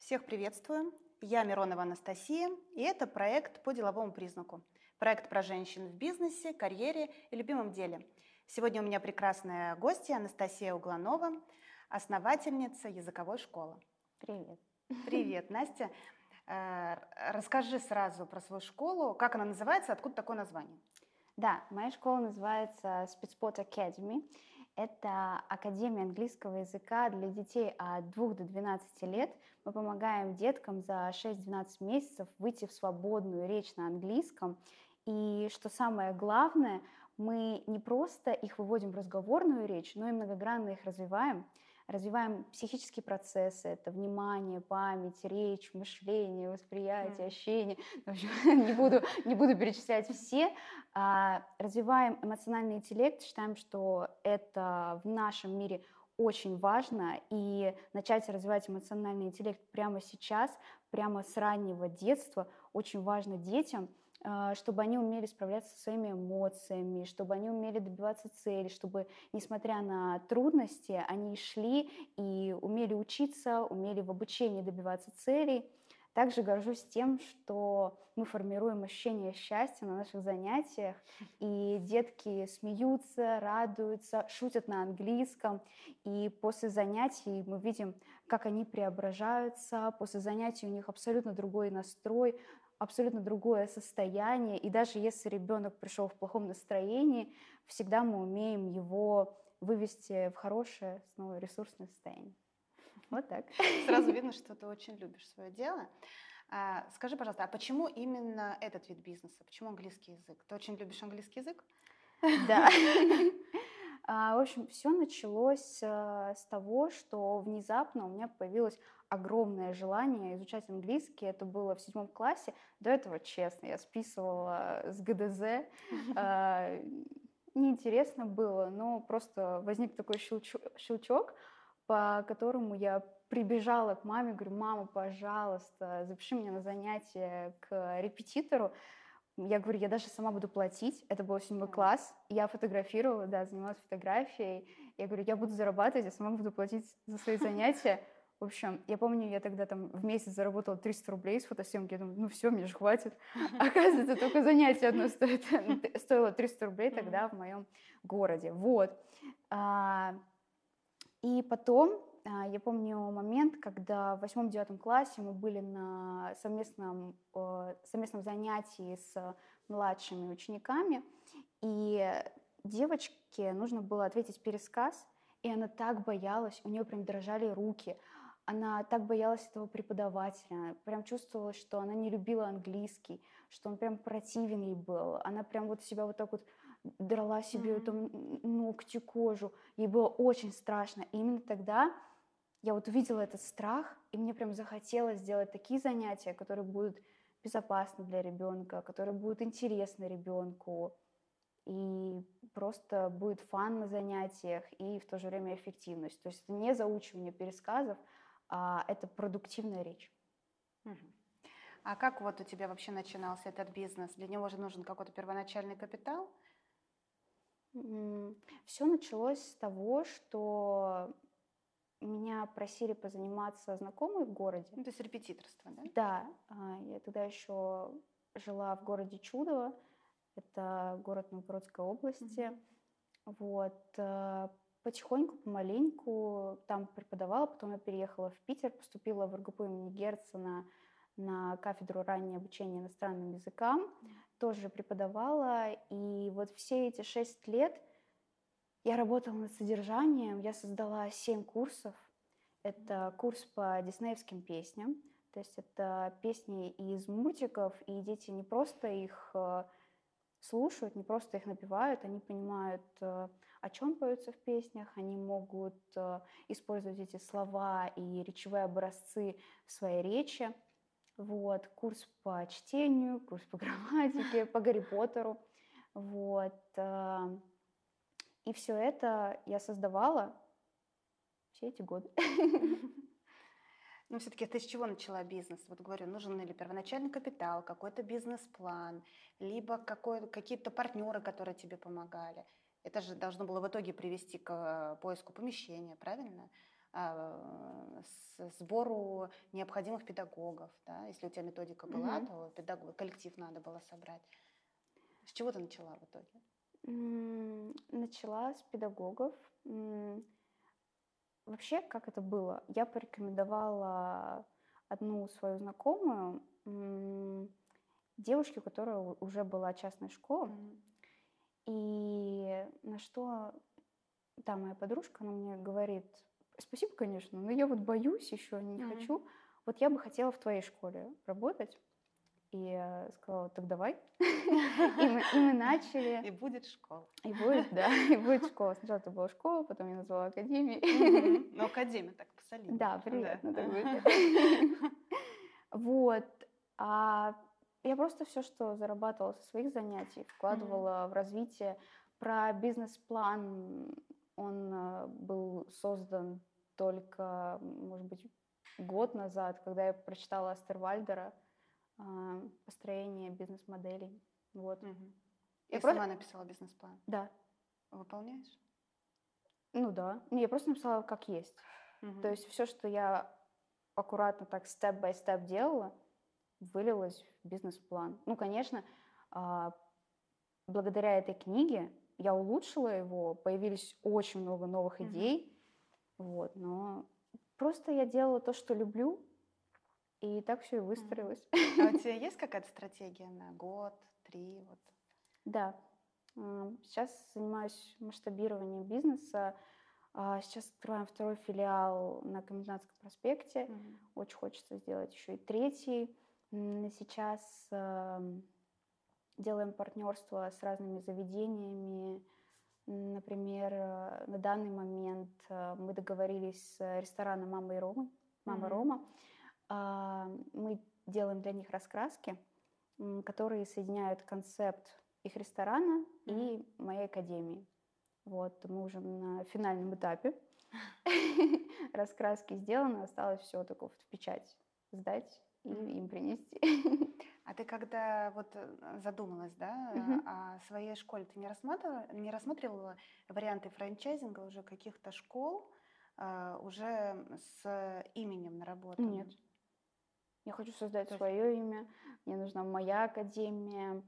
Всех приветствую. Я Миронова Анастасия, и это проект по деловому признаку. Проект про женщин в бизнесе, карьере и любимом деле. Сегодня у меня прекрасная гостья Анастасия Угланова, основательница языковой школы. Привет. Привет, Настя. Расскажи сразу про свою школу, как она называется, откуда такое название? Да, моя школа называется Speedspot Academy. Это академия английского языка для детей от 2 до 12 лет. Мы помогаем деткам за 6-12 месяцев выйти в свободную речь на английском. И что самое главное, мы не просто их выводим в разговорную речь, но и многогранно их развиваем. Развиваем психические процессы, это внимание, память, речь, мышление, восприятие, ощущение. В общем, не буду перечислять все. Развиваем эмоциональный интеллект, считаем, что это в нашем мире очень важно, и начать развивать эмоциональный интеллект прямо сейчас, прямо с раннего детства очень важно детям, чтобы они умели справляться со своими эмоциями, чтобы они умели добиваться цели, чтобы, несмотря на трудности, они шли и умели учиться, умели в обучении добиваться целей. Также горжусь тем, что мы формируем ощущение счастья на наших занятиях, и детки смеются, радуются, шутят на английском, и после занятий мы видим, как они преображаются, после занятий у них абсолютно другой настрой, абсолютно другое состояние, и даже если ребенок пришел в плохом настроении, всегда мы умеем его вывести в хорошее, снова ресурсное состояние. Вот так. Сразу видно, что ты очень любишь свое дело. Скажи, пожалуйста, а почему именно этот вид бизнеса? Почему английский язык? Ты очень любишь английский язык? Да. В общем, все началось с того, что внезапно у меня появилось огромное желание изучать английский. Это было в 7 классе. До этого, честно, я списывала с ГДЗ. А, Неинтересно было, но просто возник такой щелчок, по которому я прибежала к маме, говорю: мама, пожалуйста, запиши меня на занятия к репетитору. Я говорю, я даже сама буду платить. Это был 7 класс. Я фотографировала, да, занималась фотографией. Я говорю, я буду зарабатывать, я сама буду платить за свои занятия. В общем, я помню, я тогда там в месяц заработала 300 рублей с фотосъемки. Я думаю, ну все, мне же хватит. Оказывается, только занятие одно стоило 300 рублей тогда в моем городе. Вот. И потом я помню момент, когда в 8-9 классе мы были на совместном занятии с младшими учениками, и девочке нужно было ответить пересказ, и она так боялась, у нее прям дрожали руки, она так боялась этого преподавателя, прям чувствовала, что она не любила английский, что он прям противен ей был, она прям вот себя вот так вот драла себе там ногти, кожу, ей было очень страшно. И именно тогда я вот увидела этот страх, и мне прям захотелось сделать такие занятия, которые будут безопасны для ребенка, которые будут интересны ребенку, и просто будет фан на занятиях, и в то же время эффективность. То есть это не заучивание пересказов, а это продуктивная речь. А как вот у тебя вообще начинался этот бизнес? Для него же нужен какой-то первоначальный капитал? Все началось с того, что меня просили позаниматься знакомые в городе. Ну, то есть репетиторство, да? Да, я тогда еще жила в городе Чудово, это город Новгородской области. Вот. Потихоньку, помаленьку там преподавала, потом я переехала в Питер, поступила в РГПУ имени Герцена на кафедру раннего обучения иностранным языкам, тоже преподавала. И вот все эти 6 лет я работала над содержанием, я создала 7 курсов. Это курс по диснеевским песням, то есть это песни из мультиков, и дети не просто их слушают, не просто их напевают, они понимают, о чем поются в песнях, они могут использовать эти слова и речевые образцы в своей речи. Вот. Курс по чтению, курс по грамматике, по Гарри Поттеру. Вот. И все это я создавала все эти годы. Но все-таки ты с чего начала бизнес? Вот говорю, нужен ли первоначальный капитал, какой-то бизнес-план, либо какие-то партнеры, которые тебе помогали. Это же должно было в итоге привести к поиску помещения, правильно? сбору необходимых педагогов, да? Если у тебя методика была, то коллектив надо было собрать. С чего ты начала в итоге? Начала с педагогов. Вообще, как это было? Я порекомендовала одну свою знакомую девушке, у которой уже была частная школа. И на что моя подружка, она мне говорит: спасибо, конечно, но я вот боюсь еще, не хочу. Вот я бы хотела в твоей школе работать. И я сказала: так давай. И мы начали. И будет школа. И будет школа. Сначала это была школа, потом я назвала академией. Ну, академия так посолиднее. Да, приятно так звучит. Вот. А я просто все, что зарабатывала со своих занятий, вкладывала в развитие. Про бизнес-план он был создан только, может быть, год назад, когда я прочитала Астервальдера «Построение бизнес-моделей». Вот. Я сама написала бизнес-план? Да. Выполняешь? Ну да. Я просто написала как есть. То есть все, что я аккуратно так степ-бай-степ делала, вылилось в бизнес-план. Ну, конечно, благодаря этой книге я улучшила его, появились очень много новых идей, вот, но просто я делала то, что люблю, и так все и выстроилось. А у тебя есть какая-то стратегия на год, 3? Вот? Да. Сейчас занимаюсь масштабированием бизнеса. Сейчас открываем 2-й филиал на Комендантском проспекте. Очень хочется сделать еще и 3-й. Сейчас делаем партнерство с разными заведениями. Например, на данный момент мы договорились с рестораном «Мама и Рома». «Мама Рома». Мы делаем для них раскраски, которые соединяют концепт их ресторана и моей академии. Вот, мы уже на финальном этапе. Раскраски сделаны, осталось все только в печать сдать и им принести. А ты когда вот задумалась, да, о своей школе, ты не рассматривала варианты франчайзинга уже каких-то школ уже с именем наработанным? Нет. Я хочу создать свое имя, мне нужна моя академия.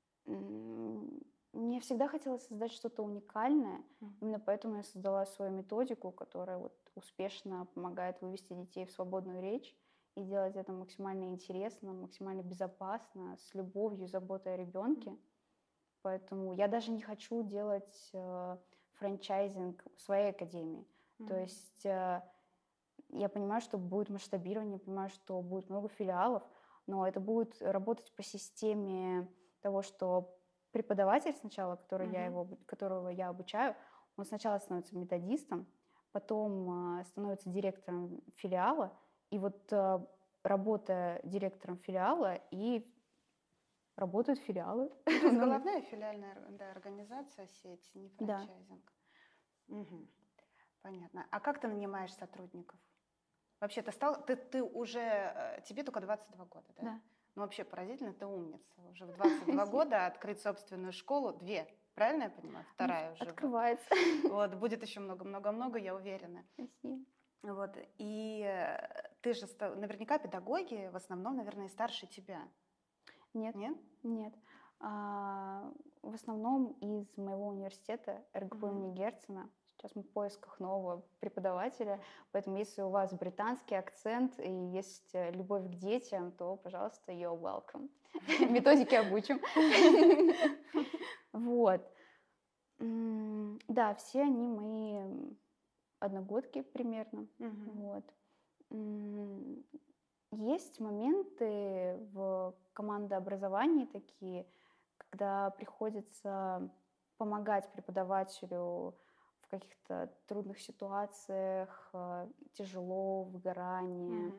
Мне всегда хотелось создать что-то уникальное, именно поэтому я создала свою методику, которая вот успешно помогает вывести детей в свободную речь и делать это максимально интересно, максимально безопасно, с любовью и заботой о ребенке. Поэтому я даже не хочу делать франчайзинг в своей академии. То есть я понимаю, что будет масштабирование, понимаю, что будет много филиалов, но это будет работать по системе того, что преподаватель сначала, которого я обучаю, он сначала становится методистом, потом становится директором филиала, и вот работая директором филиала, и работают филиалы. То есть головная филиальная организация, сеть, не франчайзинг. Понятно. А как ты нанимаешь сотрудников? Вообще ты уже, тебе только 22 года, да? Да. Ну, вообще поразительно, ты умница. Уже в 22 года открыть собственную школу, 2, правильно я понимаю? 2 уже. Открывается. Вот, будет еще много-много-много, я уверена. Спасибо. Вот, и ты же наверняка педагоги в основном, наверное, старше тебя. Нет? Нет? Нет. В основном из моего университета РГПУ имени Герцена. Сейчас мы в поисках нового преподавателя, поэтому если у вас британский акцент и есть любовь к детям, то, пожалуйста, you're welcome. Методики обучим. Вот. Да, все они мои одногодки примерно. Вот. Есть моменты в командообразовании такие, когда приходится помогать преподавателю в каких-то трудных ситуациях, тяжело, выгорание.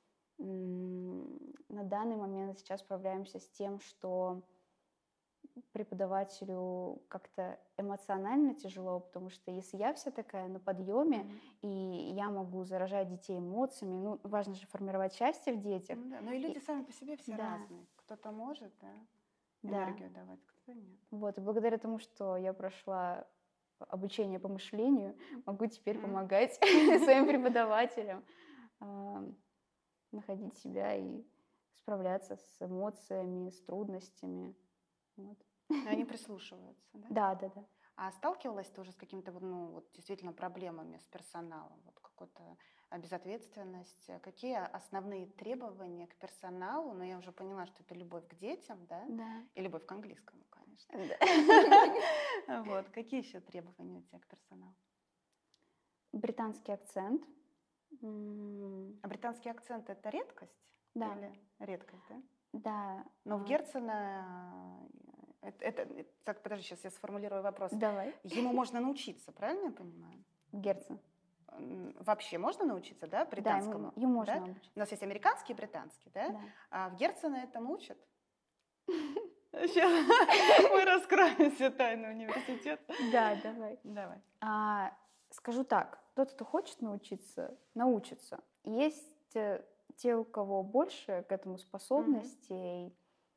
На данный момент сейчас справляемся с тем, что преподавателю как-то эмоционально тяжело, потому что если я вся такая на подъеме, и я могу заражать детей эмоциями, ну, важно же формировать счастье в детях. Да, но и люди сами по себе все разные. Кто-то может, энергию давать, кто-то нет. Вот, и благодаря тому, что я прошла обучения по мышлению, могу теперь М. помогать своим преподавателям а, находить себя и справляться с эмоциями, с трудностями. Вот. Они прислушиваются, да? Да, да, да. А сталкивалась ты уже с какими-то вот, ну, вот действительно проблемами с персоналом? Вот какой-то безответственность? Какие основные требования к персоналу? Ну, я уже поняла, что это любовь к детям, да? Да. И любовь к английскому, конечно. Да. Вот. Какие еще требования у тебя к персоналу? Британский акцент. М, А британский акцент – это редкость? Да, Или редкость, да? да. Но в Герцена, так, подожди, сейчас я сформулирую вопрос. Давай. Ему можно научиться, правильно я понимаю? Герцен. Вообще можно научиться, да, Да, британскому? ему можно Да? обучить. У нас есть американский и британский, да? Да. А в Герцена этому учат? Сейчас мы раскроем все тайны университета. Да, давай. Давай. Скажу так, тот, кто хочет научиться, научится. Есть те, у кого больше к этому способностей.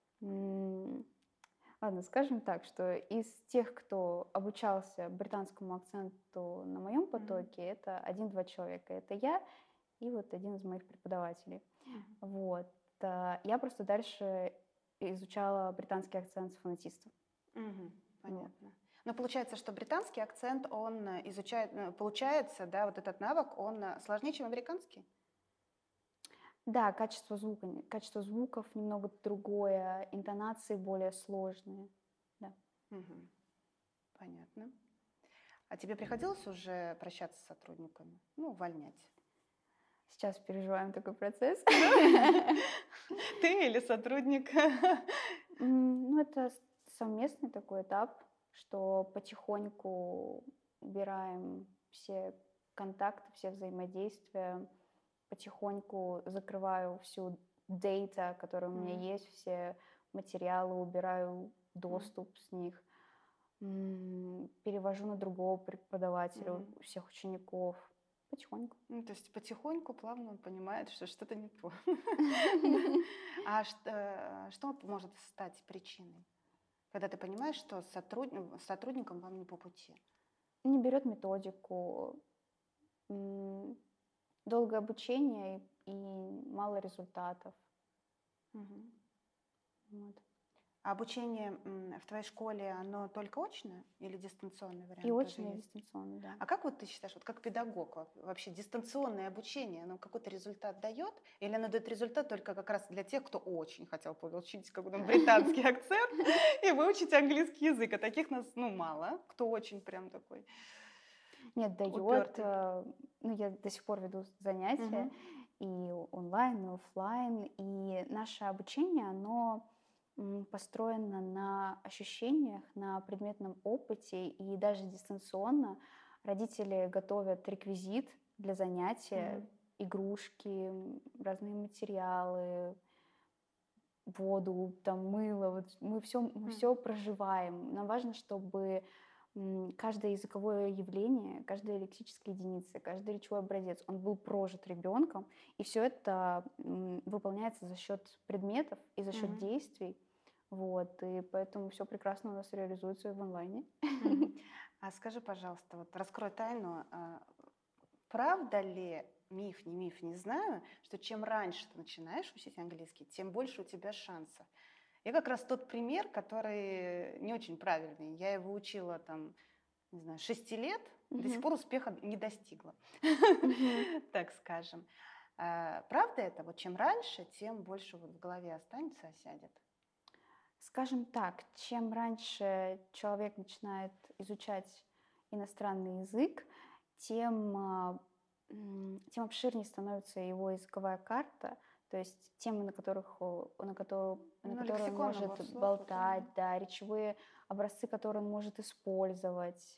Ладно, скажем так, что из тех, кто обучался британскому акценту на моем потоке, это 1-2 человека. Это я и вот один из моих преподавателей. Вот. Я просто дальше изучала британский акцент с фонетистом. Понятно. Но получается, что британский акцент, он изучает, получается, да, вот этот навык, он сложнее, чем американский? Да, качество звуков немного другое, интонации более сложные. Да. Мгм. Понятно. А тебе приходилось уже прощаться с сотрудниками? Ну, увольнять? Сейчас переживаем такой процесс. Ты или сотрудник? Ну, это совместный такой этап, что потихоньку убираем все контакты, все взаимодействия, потихоньку закрываю всю дейта, которая у меня есть, все материалы, убираю доступ с них, перевожу на другого преподавателя всех учеников. Потихоньку. Ну, то есть потихоньку, плавно он понимает, что что-то не то. А что может стать причиной, когда ты понимаешь, что с сотрудником вам не по пути? Не берет методику, долгое обучение и мало результатов. Вот. А обучение в твоей школе, оно только очное или дистанционный вариант И тоже очно, и есть? дистанционно, да. А как вот ты считаешь, вот как педагог, вообще дистанционное обучение, оно какой-то результат дает? Или оно дает результат только как раз для тех, кто очень хотел получить какой-то британский акцент и выучить английский язык? А таких нас, ну, мало, кто очень прям такой Нет, дает. упертый. Ну, я до сих пор веду занятия и онлайн, и оффлайн. И наше обучение, оно построено на ощущениях, на предметном опыте. И даже дистанционно родители готовят реквизит для занятия, игрушки, разные материалы, воду, там, мыло. Вот мы все проживаем. Нам важно, чтобы каждое языковое явление, каждая лексическая единица, каждый речевой образец, он был прожит ребенком, и все это выполняется за счет предметов и за счет действий. Вот, и поэтому все прекрасно у нас реализуется в онлайне. А скажи, пожалуйста, вот раскрой тайну, правда ли, миф, не знаю, что чем раньше ты начинаешь учить английский, тем больше у тебя шансов? Я как раз тот пример, который не очень правильный. Я его учила там, не знаю, 6 лет, до сих пор успеха не достигла, так скажем. Правда это? Вот чем раньше, тем больше вот в голове останется, осядет. Скажем так, чем раньше человек начинает изучать иностранный язык, тем обширнее становится его языковая карта, то есть темы, на которых на которые Ну, он лексикон, набор может слов, болтать, да, речевые образцы, которые он может использовать.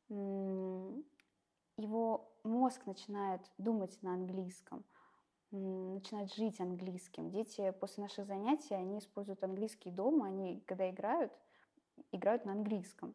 Его мозг начинает думать на английском, начинает жить английским. Дети после наших занятий, они используют английский дома, они, когда играют на английском.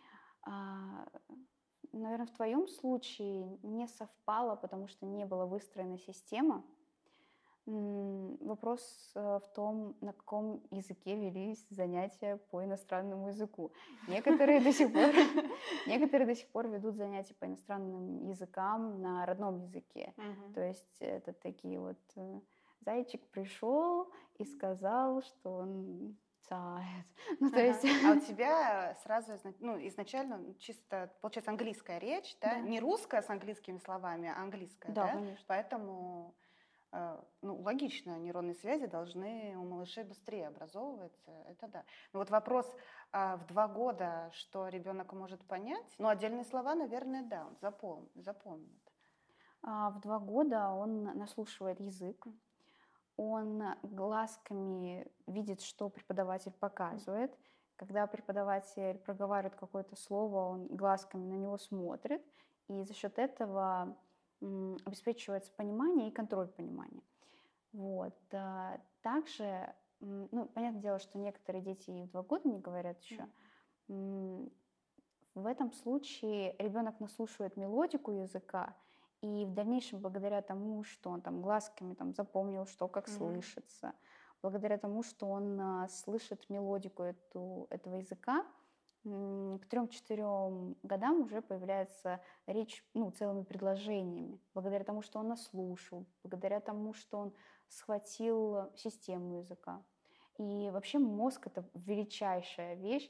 Наверное, в твоем случае не совпало, потому что не была выстроена система. вопрос в том, на каком языке велись занятия по иностранному языку. Некоторые до сих пор, некоторые до сих пор ведут занятия по иностранным языкам на родном языке. Мгм. То есть это такие вот зайчик пришел и сказал, что он царь. Ну, то есть, А у тебя сразу изначально чисто, получается, английская речь, да? да, Не русская с английскими словами, а английская, да, да? конечно. Поэтому, логично, нейронные связи должны у малышей быстрее образовываться, это да. Но вот вопрос, в 2 года, что ребенок может понять, ну, отдельные слова, наверное, да, он запомнит. В 2 года он наслушивает язык, он глазками видит, что преподаватель показывает. Когда преподаватель проговаривает какое-то слово, он глазками на него смотрит, и за счет этого обеспечивается понимание и контроль понимания. Вот. Также, ну, понятное дело, что некоторые дети и в 2 года не говорят еще. В этом случае ребенок наслушивает мелодику языка, и в дальнейшем, благодаря тому, что он там глазками там запомнил, что как слышится, благодаря тому, что он слышит мелодику этого языка, к 3-4 годам уже появляется речь, ну, целыми предложениями, благодаря тому, что он наслушал, благодаря тому, что он схватил систему языка. И вообще мозг — это величайшая вещь.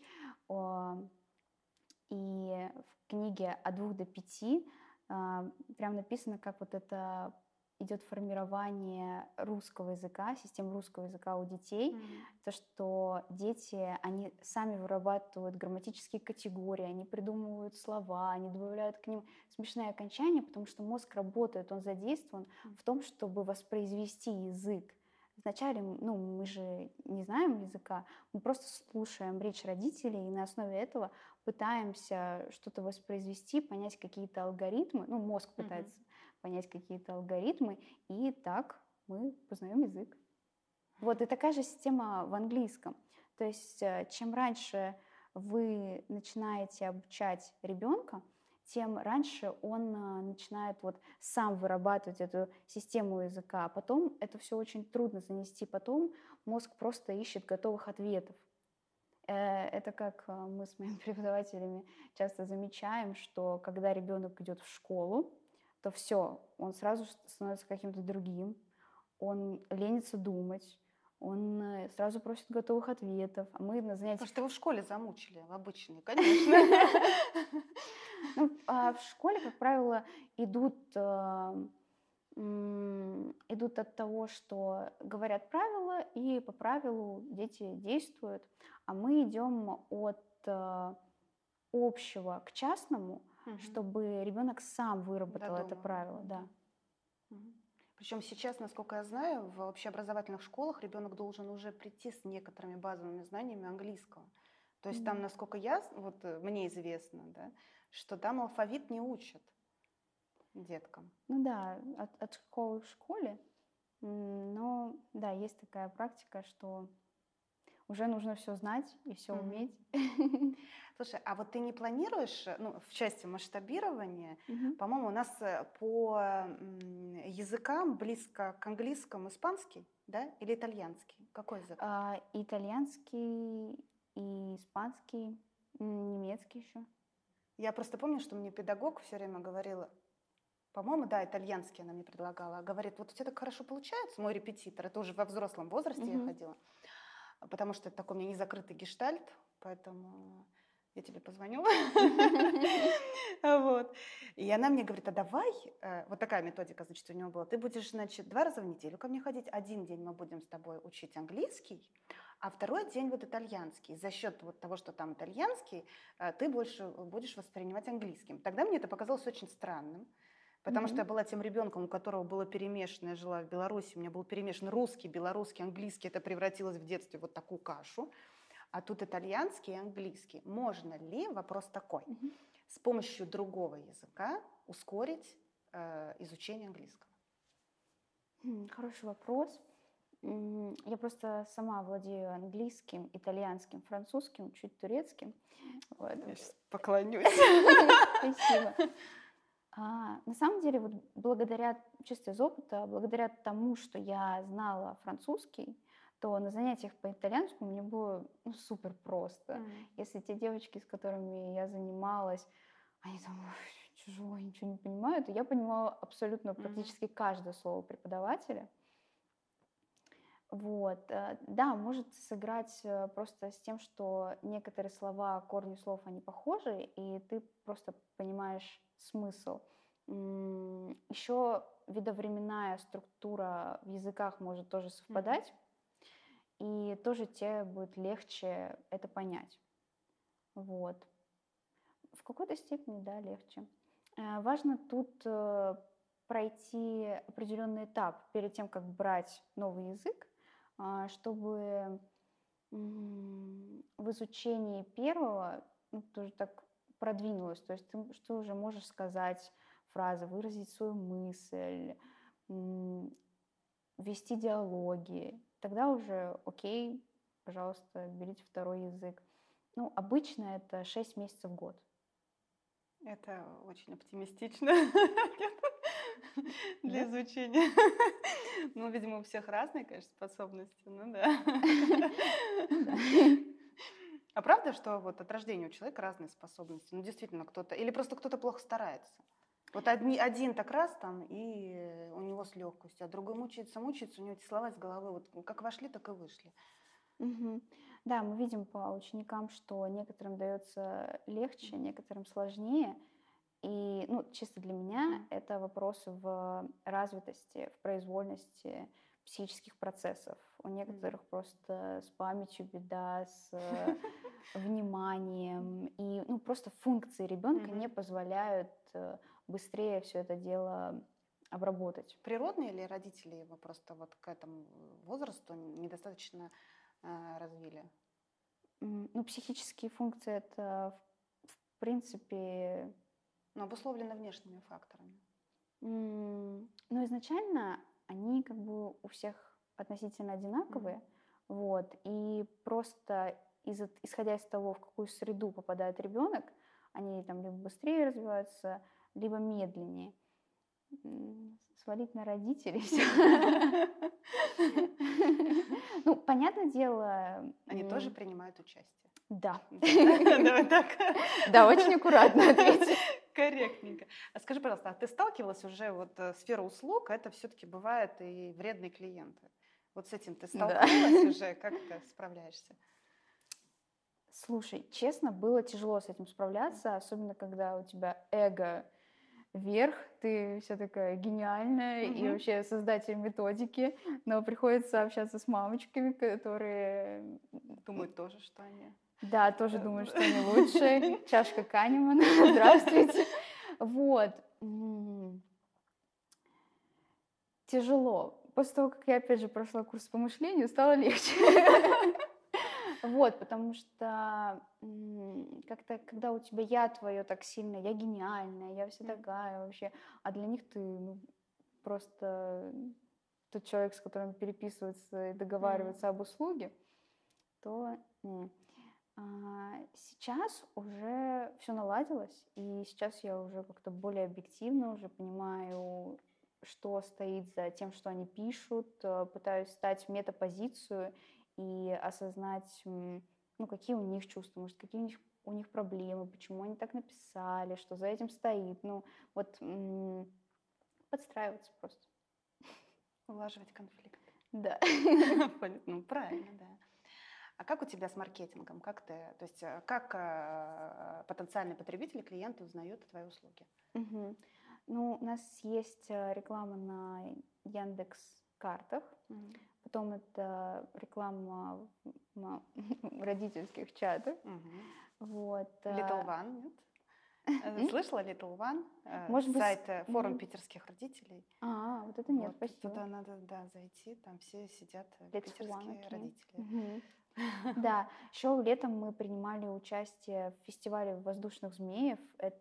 И в книге «От 2 до 5» прям написано, как вот это идет формирование русского языка, системы русского языка у детей. То, что дети, они сами вырабатывают грамматические категории, они придумывают слова, они добавляют к ним смешные окончания, потому что мозг работает, он задействован в том, чтобы воспроизвести язык. Вначале, ну, мы же не знаем языка, мы просто слушаем речь родителей, и на основе этого пытаемся что-то воспроизвести, понять какие-то алгоритмы, ну, мозг пытается понять какие-то алгоритмы, и так мы познаем язык. Вот, и такая же система в английском. То есть чем раньше вы начинаете обучать ребенка, тем раньше он начинает вот сам вырабатывать эту систему языка. А потом это все очень трудно занести. Потом мозг просто ищет готовых ответов. Это как мы с моими преподавателями часто замечаем, что когда ребенок идет в школу, то все, он сразу становится каким-то другим, он ленится думать, он сразу просит готовых ответов, а мы на Потому занятиях... что его в школе замучили, в обычной, конечно. Ну, в школе, как правило, идут от того, что говорят правила, и по правилу дети действуют, а мы идем от общего к частному, чтобы ребенок сам выработал это Додумал. правило, да. Причем сейчас, насколько я знаю, в общеобразовательных школах ребенок должен уже прийти с некоторыми базовыми знаниями английского. То есть там, насколько мне известно, да, что там алфавит не учат деткам. Ну да, от школы к школе, но да, есть такая практика, что уже нужно все знать и все уметь. Слушай, а вот ты не планируешь, в части масштабирования, Мгм. по-моему, у нас по языкам близко к английскому испанский, да, или итальянский? Какой язык? Итальянский и испанский, немецкий еще. Я просто помню, что мне педагог все время говорила, по-моему, да, итальянский она мне предлагала. Говорит, вот у тебя так хорошо получается, мой репетитор, это уже во взрослом возрасте я ходила, потому что это такой у меня незакрытый гештальт, поэтому я тебе позвоню. Вот. И она мне говорит, а давай, вот такая методика, значит, у него была, ты будешь, значит, 2 раза в неделю ко мне ходить, 1 день мы будем с тобой учить английский, а 2-й день вот итальянский. За счет вот того, что там итальянский, ты больше будешь воспринимать английским. Тогда мне это показалось очень странным, потому что я была тем ребенком, у которого было перемешано, я жила в Беларуси, у меня был перемешан русский, белорусский, английский, это превратилось в детстве в вот такую кашу. А тут итальянский и английский. Можно ли, вопрос такой, с помощью другого языка ускорить изучение английского? Хороший вопрос. Я просто сама владею английским, итальянским, французским, чуть турецким. Вот. Я сейчас поклонюсь. Спасибо. На самом деле, вот благодаря, чисто из опыта, благодаря тому, что я знала французский, то на занятиях по итальянскому мне было ну, супер просто. Если те девочки, с которыми я занималась, они там «Ой, тяжело, я ничего не понимаю», то я понимала абсолютно практически каждое слово преподавателя. Вот. Да, может сыграть просто с тем, что некоторые слова, корни слов, они похожи, и ты просто понимаешь смысл. Еще видовременная структура в языках может тоже совпадать, и тоже тебе будет легче это понять. Вот. В какой-то степени, да, легче. Важно тут пройти определенный этап перед тем, как брать новый язык, чтобы в изучении первого ну, тоже так продвинулось. То есть ты что уже можешь сказать фразы, выразить свою мысль, вести диалоги. Тогда уже окей, пожалуйста, берите второй язык. Ну, обычно это 6 месяцев в год. Это очень оптимистично для изучения. Ну, видимо, у всех разные, конечно, способности. Ну да. А правда, что вот от рождения у человека разные способности? Ну, действительно, кто-то... Или просто кто-то плохо старается? Вот один так раз там, и у него с легкостью, а другой мучается, у него эти слова из головы вот как вошли, так и вышли. Да, мы видим по ученикам, что некоторым дается легче, некоторым сложнее. И, ну, чисто для меня это вопрос в развитости, в произвольности психических процессов. У некоторых просто с памятью беда, с вниманием. И, ну, просто функции ребенка не позволяют быстрее все это дело обработать. Природные или родители его просто вот к этому возрасту недостаточно развили? Ну, психические функции это, в принципе... Но обусловлено внешними факторами. Но изначально они как бы у всех относительно одинаковые. Вот, и просто исходя из того, в какую среду попадает ребенок, они там либо быстрее развиваются, либо медленнее. Свалить на родителей все. Ну, понятное дело... Они тоже принимают участие? Да. Давай так. Да, очень аккуратно ответить. Корректненько. А скажи, пожалуйста, а ты сталкивалась уже, вот сфера услуг, это все-таки бывают и вредные клиенты. Вот с этим ты столкнулась уже? Как ты справляешься? Слушай, честно, было тяжело с этим справляться, особенно когда у тебя эго вверх, ты вся такая гениальная и вообще создатель методики, но приходится общаться с мамочками, которые... Думают тоже, что они... Да, тоже думают, что они лучше. Чашка Канемана, здравствуйте. Вот. Тяжело. После того, как я, опять же, прошла курс по мышлению, стало легче. Вот, потому что как-то, когда у тебя я твое так сильно, я гениальная, я вся такая вообще, а для них ты просто тот человек, с которым переписываются и договариваются об услуге, то сейчас уже все наладилось, и сейчас я уже как-то более объективно уже понимаю, что стоит за тем, что они пишут, пытаюсь стать в метапозицию и осознать, ну, какие у них чувства, может, какие у них проблемы, почему они так написали, что за этим стоит. Ну, вот подстраиваться просто. Улаживать конфликт. Да. Ну, правильно, да. А как у тебя с маркетингом? Как потенциальные потребители, клиенты узнают твои услуги? Ну, у нас есть реклама на Яндекс.Картах, потом это реклама в родительских чатах. Вот. Little One, нет? Слышала Little One? Может быть, сайт форум питерских родителей. Вот это нет, спасибо. Туда надо, да, зайти, там все сидят питерские родители. Да, еще летом мы принимали участие в фестивале воздушных змеев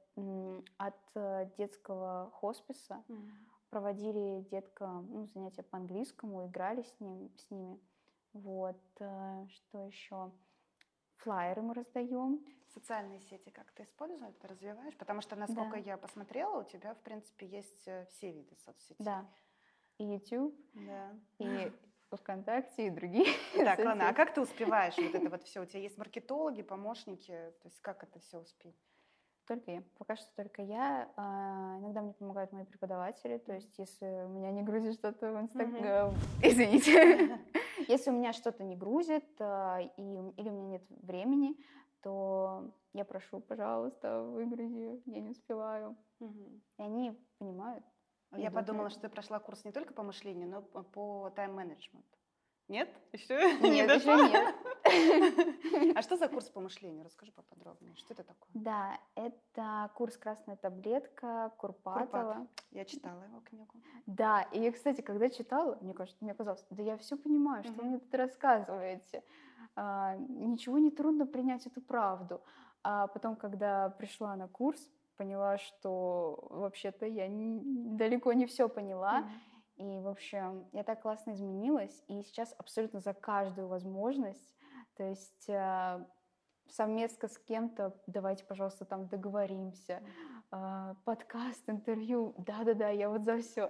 от детского хосписа. Проводили деткам занятия по английскому, играли с ними. Вот, что еще? флаеры мы раздаем. Социальные сети как ты используешь, ты развиваешь? Потому что, насколько Да, я посмотрела, у тебя, в принципе, есть все виды соцсетей. да. И YouTube, Да. и ВКонтакте, и другие Так, ладно, а соцсети. как ты успеваешь вот это вот все? У тебя есть маркетологи, помощники, то есть как это все успеть? Только я. Пока что только я. Иногда мне помогают мои преподаватели. То есть, если у меня не грузит что-то в Мгм. Инстаграм... Извините. Если у меня что-то не грузит, или у меня нет времени, то я прошу, пожалуйста, выгрузи, я не успеваю. Мгм. И они понимают и Я идут на подумала, это. что ты прошла курс не только по мышлению, но по тайм-менеджменту. Нет? Еще не Нет, еще дошла? нет. А что за курс по мышлению? Расскажи поподробнее. Что это такое? Да, это курс «Красная таблетка» Курпатов. Курпатова. Я читала его книгу. Да, и я, кстати, когда читала, мне казалось, да я все понимаю, что вы Мгм. мне тут рассказываете. Ничего не трудно принять эту правду. А потом, когда пришла на курс, поняла, что вообще-то я далеко не все поняла. Мгм. И, в общем, я так классно изменилась, и сейчас абсолютно за каждую возможность, то есть совместно с кем-то, давайте, пожалуйста, там договоримся, подкаст, интервью, да-да-да, я вот за все.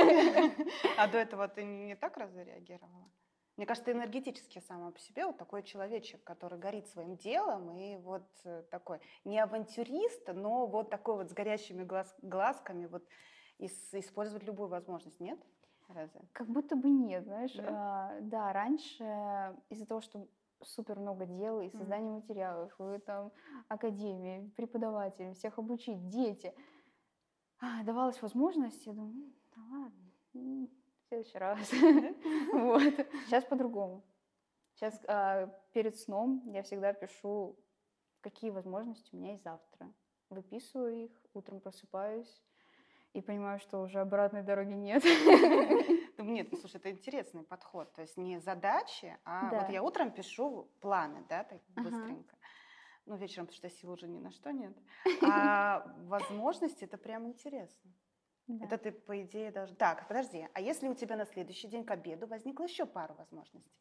А до этого ты не так разве реагировала? Мне кажется, ты энергетически сама по себе вот такой человечек, который горит своим делом и вот такой не авантюрист, но вот такой вот с горящими глазками вот использовать любую возможность, нет? Разве? Как будто бы нет, знаешь. Нет? Да, раньше из-за того, что супер много дел и Мгм. создание материалов, и там академии, преподаватели, всех обучить, дети, давалась возможность, я думаю, да ладно, в следующий раз. Да? Вот. Сейчас по-другому. Сейчас перед сном я всегда пишу, какие возможности у меня есть завтра. Выписываю их, утром просыпаюсь и понимаю, что уже обратной дороги нет. Ну, нет, ну, слушай, это интересный подход. То есть не задачи, а вот Да. я утром пишу планы, да, так Ага. быстренько. Ну, вечером, потому что сил уже ни на что нет. А возможности, это прям интересно. Да. Это ты, по идее, даже... Так, подожди, а если у тебя на следующий день к обеду возникло еще пару возможностей?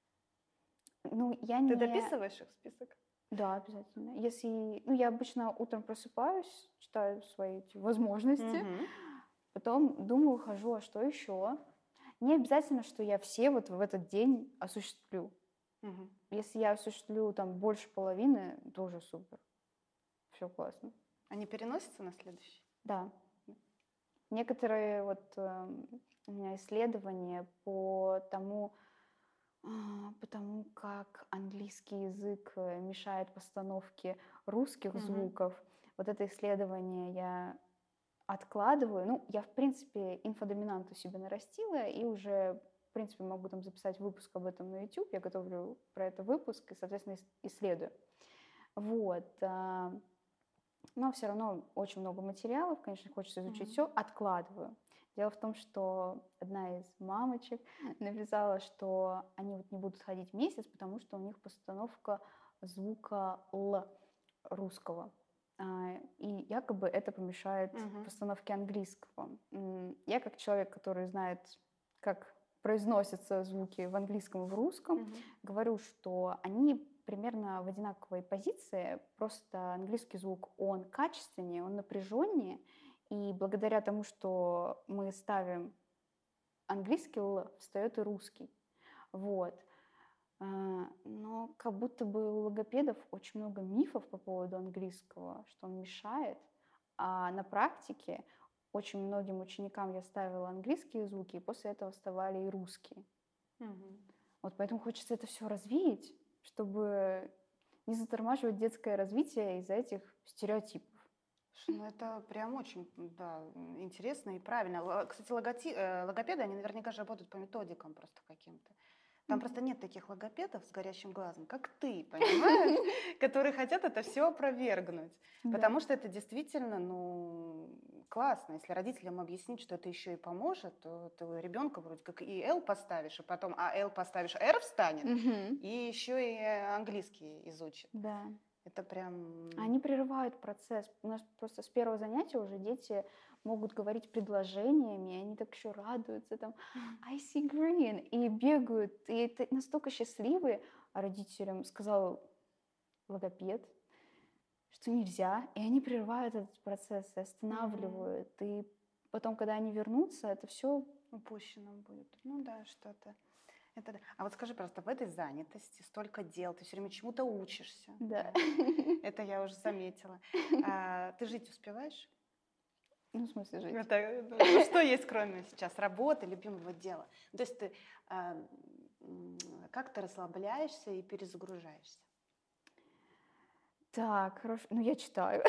Ну, я Ты не... дописываешь их в список? Да, обязательно. Если... Ну, я обычно утром просыпаюсь, читаю свои эти возможности, Мгм. потом думаю, хожу, а что еще? Не обязательно, что я все вот в этот день осуществлю. Мгм. Если я осуществлю там больше половины, тоже супер. Все классно. Они переносятся на следующий? Да. Некоторые вот у меня исследования потому как английский язык мешает постановке русских Мгм. звуков. Вот это исследование я откладываю. Ну, я, в принципе, инфодоминанту себе нарастила и уже, в принципе, могу там записать выпуск об этом на YouTube. Я готовлю про это выпуск и, соответственно, исследую. Вот. Но все равно очень много материалов, конечно, хочется изучить Мгм. все, откладываю. Дело в том, что одна из мамочек написала, что они вот не будут ходить месяц, потому что у них постановка звука «л» русского. И якобы это помешает Мгм. постановке английского. Я как человек, который знает, как произносятся звуки в английском и в русском, Мгм. говорю, что они примерно в одинаковой позиции, просто английский звук, он качественнее, он напряженнее, и благодаря тому, что мы ставим английский «л», встает и русский. Вот. Но как будто бы у логопедов очень много мифов по поводу английского, что он мешает, а на практике очень многим ученикам я ставила английские звуки, и после этого вставали и русские. Мгм. Вот поэтому хочется это все развеять, чтобы не затормаживать детское развитие из-за этих стереотипов. Слушай, ну это прям очень, да, интересно и правильно. Кстати, логопеды, они наверняка же работают по методикам просто каким-то. Там просто нет таких логопедов с горящим глазом, как ты, понимаешь, которые хотят это все опровергнуть. Да. Потому что это действительно, ну, классно. Если родителям объяснить, что это еще и поможет, то ты ребенка вроде как и L поставишь, и потом L поставишь, R встанет, Мгм. и еще и английский изучит. Да. Это прям... Они прерывают процесс. У нас просто с первого занятия уже дети могут говорить предложениями, и они так еще радуются, там, I see green, и бегают, и это настолько счастливые. А родителям сказал, логопед, что нельзя, и они прерывают этот процесс и останавливают. И потом, когда они вернутся, это все упущено будет. Ну да, что-то. Это да. А вот скажи, просто в этой занятости столько дел, ты все время чему-то учишься. да. Это я уже заметила. Ты жить успеваешь? Ну, в смысле жить. Ну, что есть, кроме сейчас работы, любимого дела? То есть ты как-то расслабляешься и перезагружаешься? Так, хорошо. Ну, я читаю.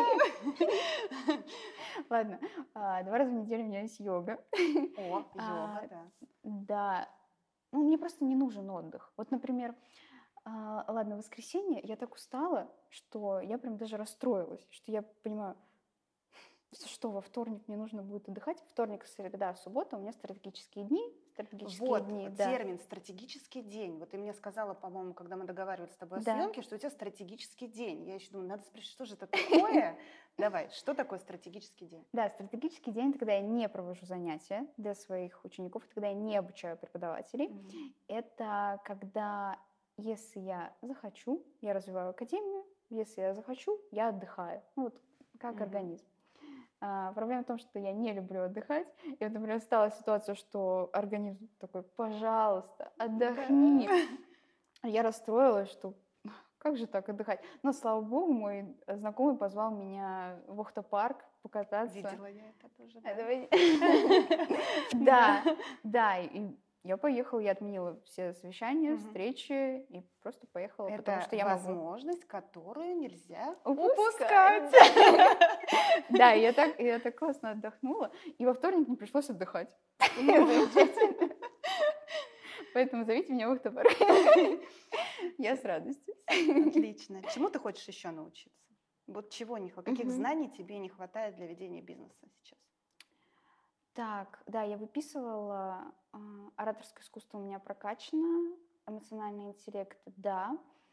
Ладно, 2 раза в неделю у меня есть йога. О, йога, да. Да. Ну, мне просто не нужен отдых. Вот, например, ладно, в воскресенье я так устала, что я прям даже расстроилась, что я понимаю, что во вторник мне нужно будет отдыхать. Вторник, среда, суббота у меня стратегические дни. Вот, да. термин «стратегический день». Вот ты мне сказала, по-моему, когда мы договаривались с тобой о Да. съемке, что у тебя стратегический день. Я еще думаю, надо спросить, что же это такое? Давай, что такое стратегический день? Да, стратегический день — это когда я не провожу занятия для своих учеников, это когда я не обучаю преподавателей. Это когда, если я захочу, я развиваю академию, если я захочу, я отдыхаю. Ну, вот как организм. Проблема в том, что я не люблю отдыхать. И вот, например, стала ситуация, что организм такой: пожалуйста, отдохни. Я расстроилась, что как же так отдыхать? Но, слава богу, мой знакомый позвал меня в Охта-парк покататься. Видела я это тоже, да. Да, и я поехала, я отменила все совещания, встречи и просто поехала, потому что я могу. Это возможность, которую нельзя упускать. Да, я так классно отдохнула, и во вторник не пришлось отдыхать. Замечательно. Поэтому зовите меня в Охта-парк. Я с радостью. Отлично. Чему ты хочешь еще научиться? Вот чего не хватает? Каких знаний тебе не хватает для ведения бизнеса сейчас? Так, да, я выписывала. Ораторское искусство у меня прокачано, эмоциональный интеллект, да.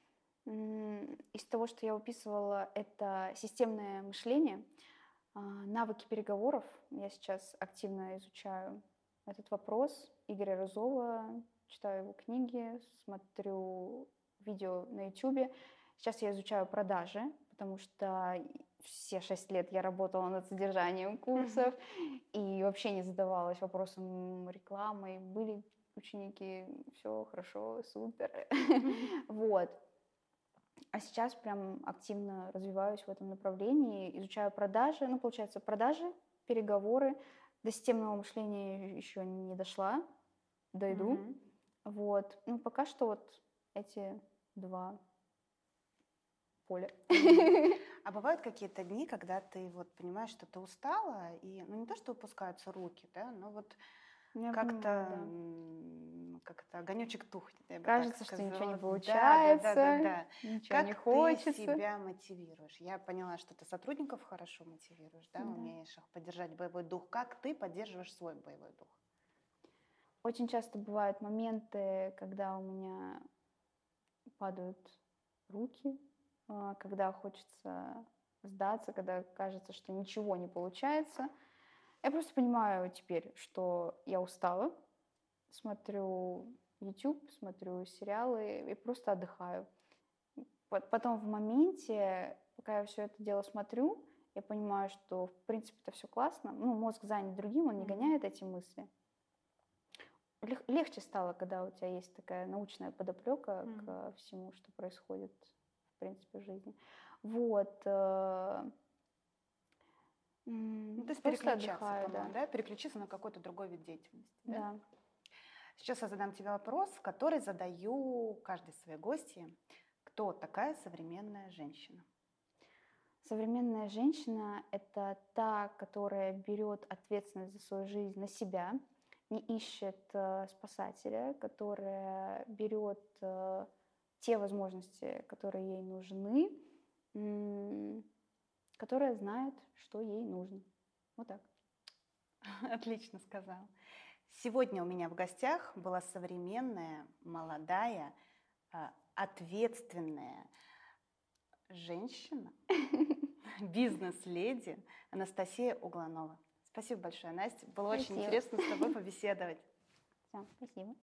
Из того, что я выписывала, это системное мышление, навыки переговоров. Я сейчас активно изучаю этот вопрос. Игоря Рызова, читаю его книги, смотрю видео на YouTube. Сейчас я изучаю продажи, потому что все 6 лет я работала над содержанием курсов и вообще не задавалась вопросом рекламы. Были ученики, все хорошо, супер. Вот. А сейчас прям активно развиваюсь в этом направлении, изучаю продажи. Ну, получается, продажи, переговоры. До системного мышления еще не дошла, дойду. Вот. Ну, пока что вот эти 2 поля. А бывают какие-то дни, когда ты вот понимаешь, что ты устала, и, ну, не то, что опускаются руки, да, но вот как-то огонечек тухнет, я бы Кажется, так что сказала. ничего не получается, Да. ничего не Как хочется. ты себя мотивируешь? Я поняла, что ты сотрудников хорошо мотивируешь, да, умеешь их поддержать боевой дух. Как ты поддерживаешь свой боевой дух? Очень часто бывают моменты, когда у меня падают руки, когда хочется сдаться, когда кажется, что ничего не получается. Я просто понимаю теперь, что я устала, смотрю YouTube, смотрю сериалы и просто отдыхаю. Потом в моменте, пока я все это дело смотрю, я понимаю, что в принципе это все классно. Ну, мозг занят другим, он не гоняет эти мысли. Легче стало, когда у тебя есть такая научная подоплека к всему, что происходит в принципе в жизни. Вот. Ну, то есть Просто переключаться, отдыхаю, по-моему, да? Переключиться на какой-то другой вид деятельности. Да. Сейчас я задам тебе вопрос, который задаю каждой своей гости. Кто такая современная женщина? Современная женщина — это та, которая берет ответственность за свою жизнь на себя, не ищет спасателя, которая берет те возможности, которые ей нужны, которая знает, что ей нужно. Вот так. Отлично сказал. Сегодня у меня в гостях была современная, молодая, ответственная женщина, бизнес-леди Анастасия Угланова. Спасибо большое, Настя. Было очень интересно с тобой побеседовать. Все, спасибо.